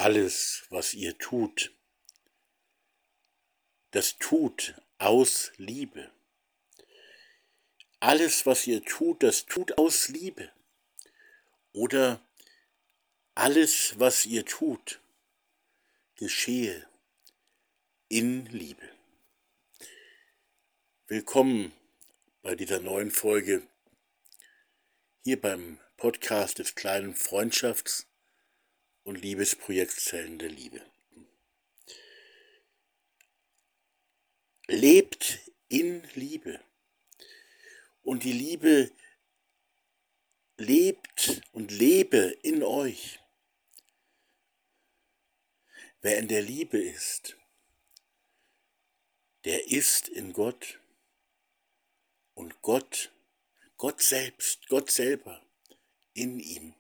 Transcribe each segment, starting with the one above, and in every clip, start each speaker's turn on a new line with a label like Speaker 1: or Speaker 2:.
Speaker 1: Alles, was ihr tut, das tut aus Liebe. Alles, was ihr tut, das tut aus Liebe. Oder alles, was ihr tut, geschehe in Liebe. Willkommen bei dieser neuen Folge hier beim Podcast des kleinen Freundschafts- und Liebesprojekts Zellen der Liebe. Lebt in Liebe. Und die Liebe lebt und lebe in euch. Wer in der Liebe ist, der ist in Gott und Gott selbst, Gott selber in ihm.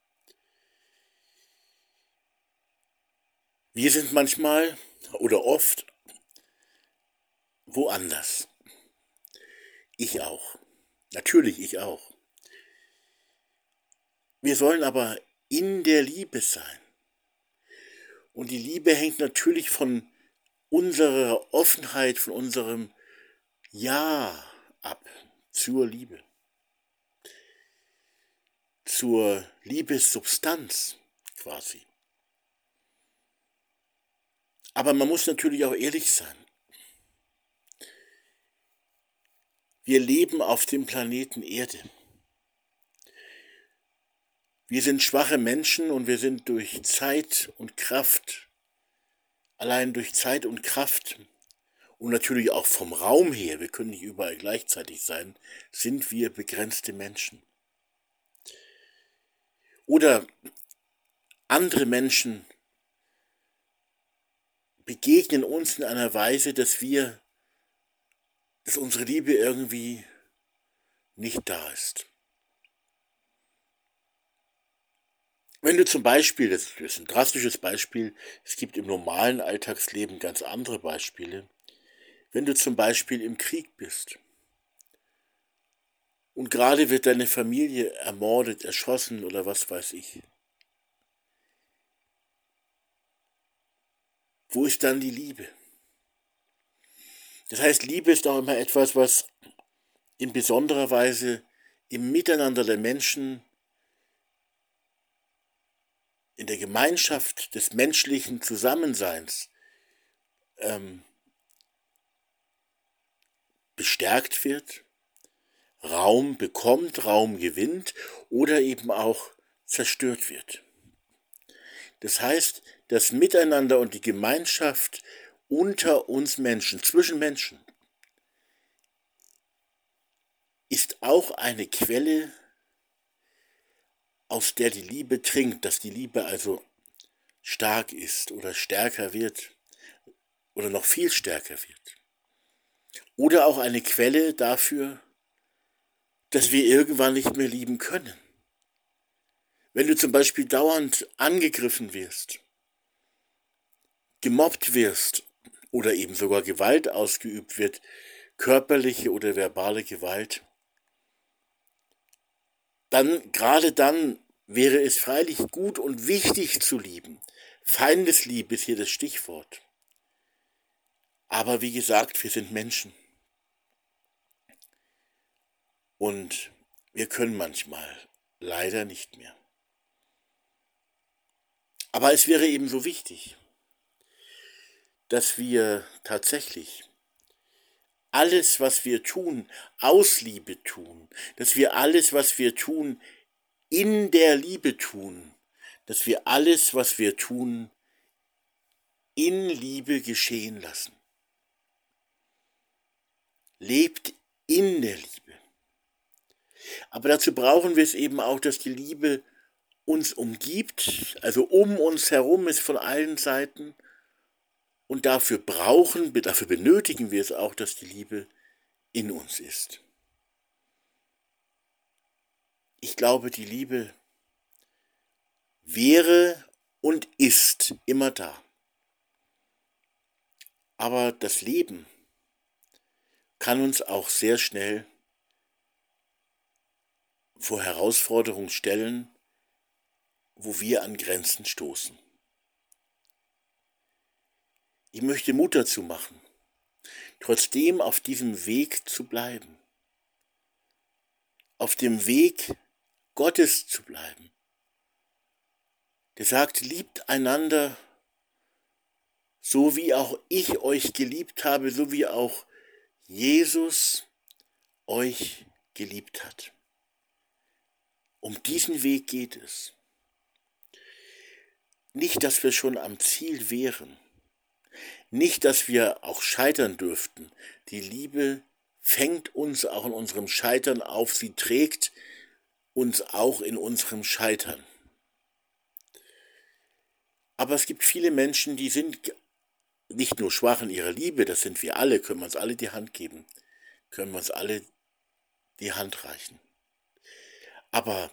Speaker 1: Wir sind manchmal oder oft woanders. Ich auch. Natürlich ich auch. Wir sollen aber in der Liebe sein. Und die Liebe hängt natürlich von unserer Offenheit, von unserem Ja ab zur Liebe. Zur Liebessubstanz quasi. Aber man muss natürlich auch ehrlich sein. Wir leben auf dem Planeten Erde. Wir sind schwache Menschen und wir sind durch Zeit und Kraft, allein durch Zeit und Kraft und natürlich auch vom Raum her, wir können nicht überall gleichzeitig sein, sind wir begrenzte Menschen. Oder andere Menschen begegnen uns in einer Weise, dass unsere Liebe irgendwie nicht da ist. Wenn du zum Beispiel, das ist ein drastisches Beispiel, es gibt im normalen Alltagsleben ganz andere Beispiele, wenn du zum Beispiel im Krieg bist und gerade wird deine Familie ermordet, erschossen oder was weiß ich, wo ist dann die Liebe? Das heißt, Liebe ist auch immer etwas, was in besonderer Weise im Miteinander der Menschen, in der Gemeinschaft des menschlichen Zusammenseins bestärkt wird, Raum bekommt, Raum gewinnt oder eben auch zerstört wird. Das heißt, das Miteinander und die Gemeinschaft unter uns Menschen, zwischen Menschen, ist auch eine Quelle, aus der die Liebe trinkt, dass die Liebe also stark ist oder stärker wird oder noch viel stärker wird. Oder auch eine Quelle dafür, dass wir irgendwann nicht mehr lieben können. Wenn du zum Beispiel dauernd angegriffen wirst, gemobbt wirst oder eben sogar Gewalt ausgeübt wird, körperliche oder verbale Gewalt, gerade dann wäre es freilich gut und wichtig zu lieben. Feindesliebe ist hier das Stichwort. Aber wie gesagt, wir sind Menschen. Und wir können manchmal leider nicht mehr. Aber es wäre eben so wichtig, dass wir tatsächlich alles, was wir tun, aus Liebe tun, dass wir alles, was wir tun, in der Liebe tun, dass wir alles, was wir tun, in Liebe geschehen lassen. Lebt in der Liebe. Aber dazu brauchen wir es eben auch, dass die Liebe uns umgibt, also um uns herum ist von allen Seiten. Und dafür benötigen wir es auch, dass die Liebe in uns ist. Ich glaube, die Liebe wäre und ist immer da. Aber das Leben kann uns auch sehr schnell vor Herausforderungen stellen, wo wir an Grenzen stoßen. Ich möchte Mut dazu machen, trotzdem auf diesem Weg zu bleiben, auf dem Weg Gottes zu bleiben. Der sagt, liebt einander, so wie auch ich euch geliebt habe, so wie auch Jesus euch geliebt hat. Um diesen Weg geht es. Nicht, dass wir schon am Ziel wären. Nicht, dass wir auch scheitern dürften. Die Liebe fängt uns auch in unserem Scheitern auf. Sie trägt uns auch in unserem Scheitern. Aber es gibt viele Menschen, die sind nicht nur schwach in ihrer Liebe, das sind wir alle, können wir uns alle die Hand geben, können wir uns alle die Hand reichen. Aber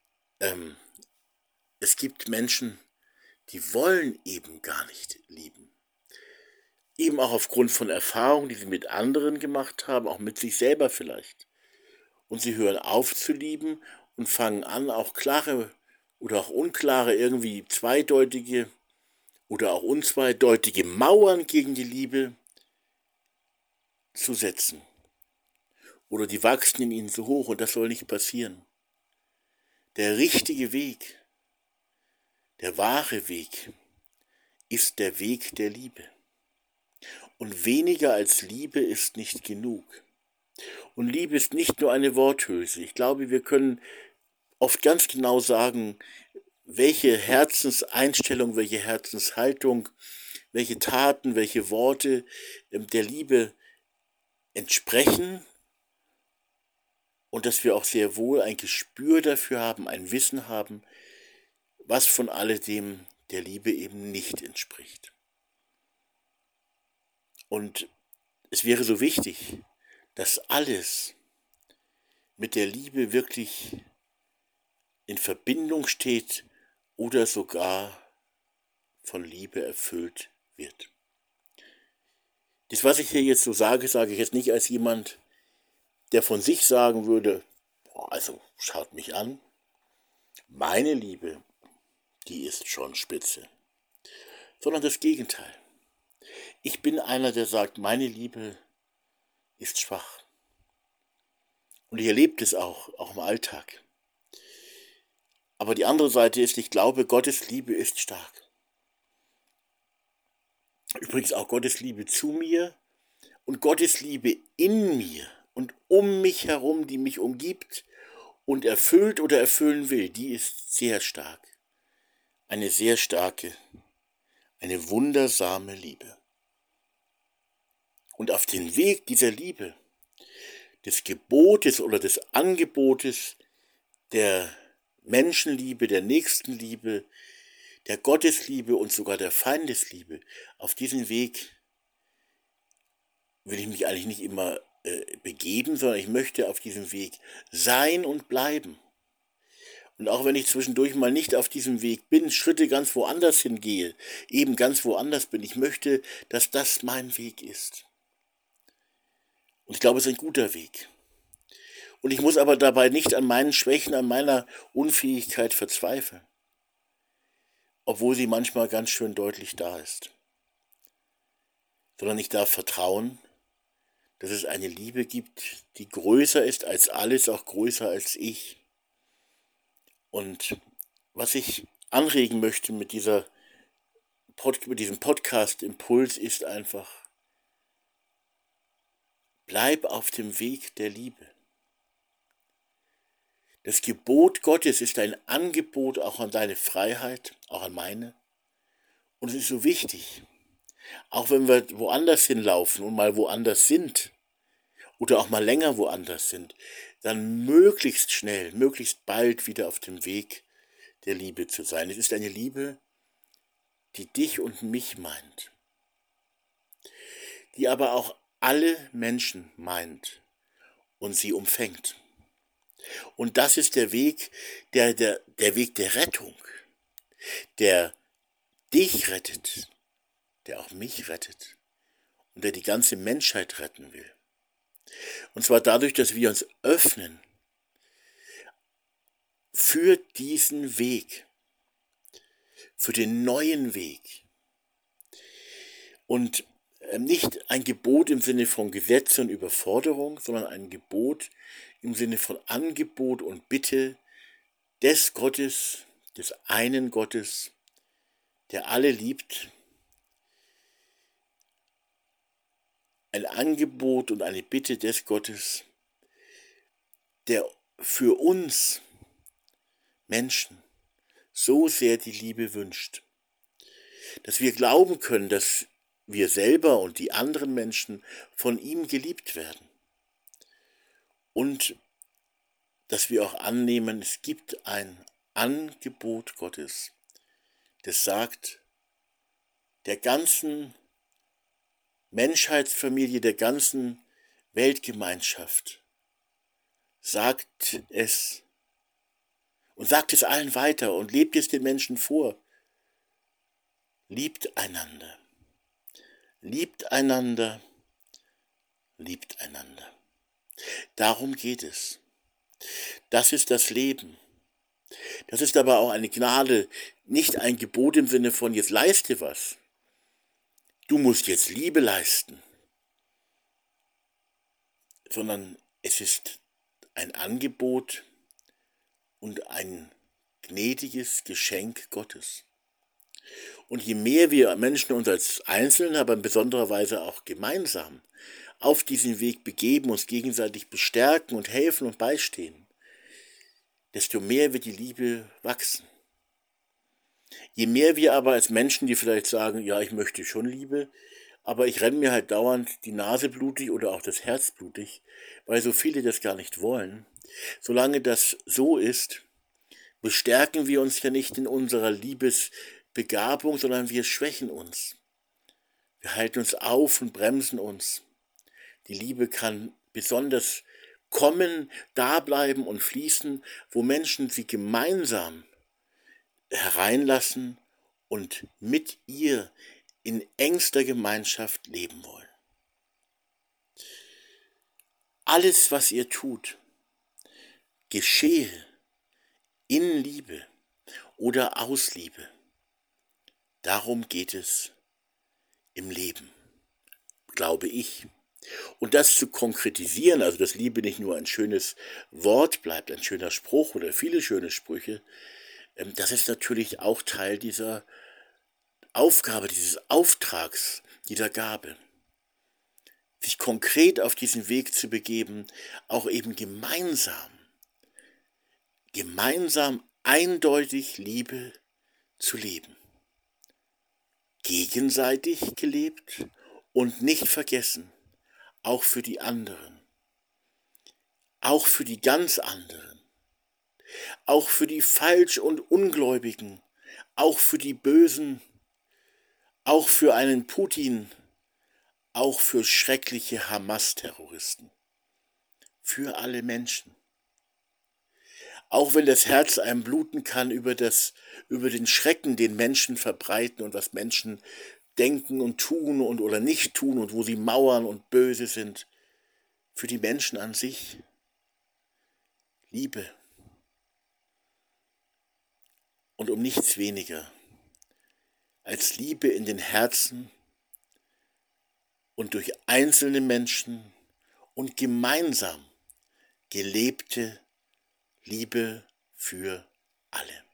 Speaker 1: es gibt Menschen, die wollen eben gar nicht lieben. Eben auch aufgrund von Erfahrungen, die sie mit anderen gemacht haben, auch mit sich selber vielleicht. Und sie hören auf zu lieben und fangen an, auch klare oder auch unklare, irgendwie zweideutige oder auch unzweideutige Mauern gegen die Liebe zu setzen. Oder die wachsen in ihnen so hoch und das soll nicht passieren. Der richtige Weg, der wahre Weg, ist der Weg der Liebe. Und weniger als Liebe ist nicht genug. Und Liebe ist nicht nur eine Worthülse. Ich glaube, wir können oft ganz genau sagen, welche Herzenseinstellung, welche Herzenshaltung, welche Taten, welche Worte der Liebe entsprechen und dass wir auch sehr wohl ein Gespür dafür haben, ein Wissen haben, was von alledem der Liebe eben nicht entspricht. Und es wäre so wichtig, dass alles mit der Liebe wirklich in Verbindung steht oder sogar von Liebe erfüllt wird. Das, was ich hier jetzt so sage, sage ich jetzt nicht als jemand, der von sich sagen würde, also schaut mich an, meine Liebe, die ist schon spitze, sondern das Gegenteil. Ich bin einer, der sagt, meine Liebe ist schwach. Und ich erlebe das auch im Alltag. Aber die andere Seite ist, ich glaube, Gottes Liebe ist stark. Übrigens auch Gottes Liebe zu mir und Gottes Liebe in mir und um mich herum, die mich umgibt und erfüllt oder erfüllen will, die ist sehr stark. Eine sehr starke, eine wundersame Liebe. Und auf den Weg dieser Liebe, des Gebotes oder des Angebotes der Menschenliebe, der Nächstenliebe, der Gottesliebe und sogar der Feindesliebe, auf diesen Weg will ich mich eigentlich nicht immer begeben, sondern ich möchte auf diesem Weg sein und bleiben. Und auch wenn ich zwischendurch mal nicht auf diesem Weg bin, Schritte ganz woanders hingehe, eben ganz woanders bin, ich möchte, dass das mein Weg ist. Und ich glaube, es ist ein guter Weg. Und ich muss aber dabei nicht an meinen Schwächen, an meiner Unfähigkeit verzweifeln, obwohl sie manchmal ganz schön deutlich da ist. Sondern ich darf vertrauen, dass es eine Liebe gibt, die größer ist als alles, auch größer als ich. Und was ich anregen möchte mit diesem Podcast-Impuls ist einfach, bleib auf dem Weg der Liebe. Das Gebot Gottes ist ein Angebot auch an deine Freiheit, auch an meine. Und es ist so wichtig, auch wenn wir woanders hinlaufen und mal woanders sind oder auch mal länger woanders sind, dann möglichst schnell, möglichst bald wieder auf dem Weg der Liebe zu sein. Es ist eine Liebe, die dich und mich meint, die aber auch alle Menschen meint und sie umfängt. Und das ist der Weg, der Weg der Rettung, der dich rettet, der auch mich rettet und der die ganze Menschheit retten will. Und zwar dadurch, dass wir uns öffnen für diesen Weg, für den neuen Weg. Und nicht ein Gebot im Sinne von Gesetz und Überforderung, sondern ein Gebot im Sinne von Angebot und Bitte des Gottes, des einen Gottes, der alle liebt, ein Angebot und eine Bitte des Gottes, der für uns Menschen so sehr die Liebe wünscht, dass wir glauben können, dass wir selber und die anderen Menschen von ihm geliebt werden und dass wir auch annehmen, es gibt ein Angebot Gottes, das sagt, der ganzen Menschheitsfamilie, der ganzen Weltgemeinschaft, sagt es und sagt es allen weiter und lebt es den Menschen vor. Liebt einander, liebt einander, liebt einander. Darum geht es. Das ist das Leben. Das ist aber auch eine Gnade, nicht ein Gebot im Sinne von, jetzt leiste was. Du musst jetzt Liebe leisten, sondern es ist ein Angebot und ein gnädiges Geschenk Gottes. Und je mehr wir Menschen uns als Einzelne, aber in besonderer Weise auch gemeinsam auf diesen Weg begeben, uns gegenseitig bestärken und helfen und beistehen, desto mehr wird die Liebe wachsen. Je mehr wir aber als Menschen, die vielleicht sagen, ja, ich möchte schon Liebe, aber ich renne mir halt dauernd die Nase blutig oder auch das Herz blutig, weil so viele das gar nicht wollen, solange das so ist, bestärken wir uns ja nicht in unserer Liebesbegabung, sondern wir schwächen uns. Wir halten uns auf und bremsen uns. Die Liebe kann besonders kommen, da bleiben und fließen, wo Menschen sie gemeinsam hereinlassen und mit ihr in engster Gemeinschaft leben wollen. Alles, was ihr tut, geschehe in Liebe oder aus Liebe. Darum geht es im Leben, glaube ich. Und das zu konkretisieren, also dass Liebe nicht nur ein schönes Wort bleibt, ein schöner Spruch oder viele schöne Sprüche, das ist natürlich auch Teil dieser Aufgabe, dieses Auftrags, dieser Gabe. Sich konkret auf diesen Weg zu begeben, auch eben gemeinsam eindeutig Liebe zu leben. Gegenseitig gelebt und nicht vergessen, auch für die anderen, auch für die ganz anderen, auch für die Falsch- und Ungläubigen, auch für die Bösen, auch für einen Putin, auch für schreckliche Hamas-Terroristen, für alle Menschen. Auch wenn das Herz einem bluten kann über den Schrecken, den Menschen verbreiten und was Menschen denken und tun und oder nicht tun und wo sie mauern und böse sind, für die Menschen an sich Liebe und um nichts weniger als Liebe in den Herzen und durch einzelne Menschen und gemeinsam gelebte Liebe für alle.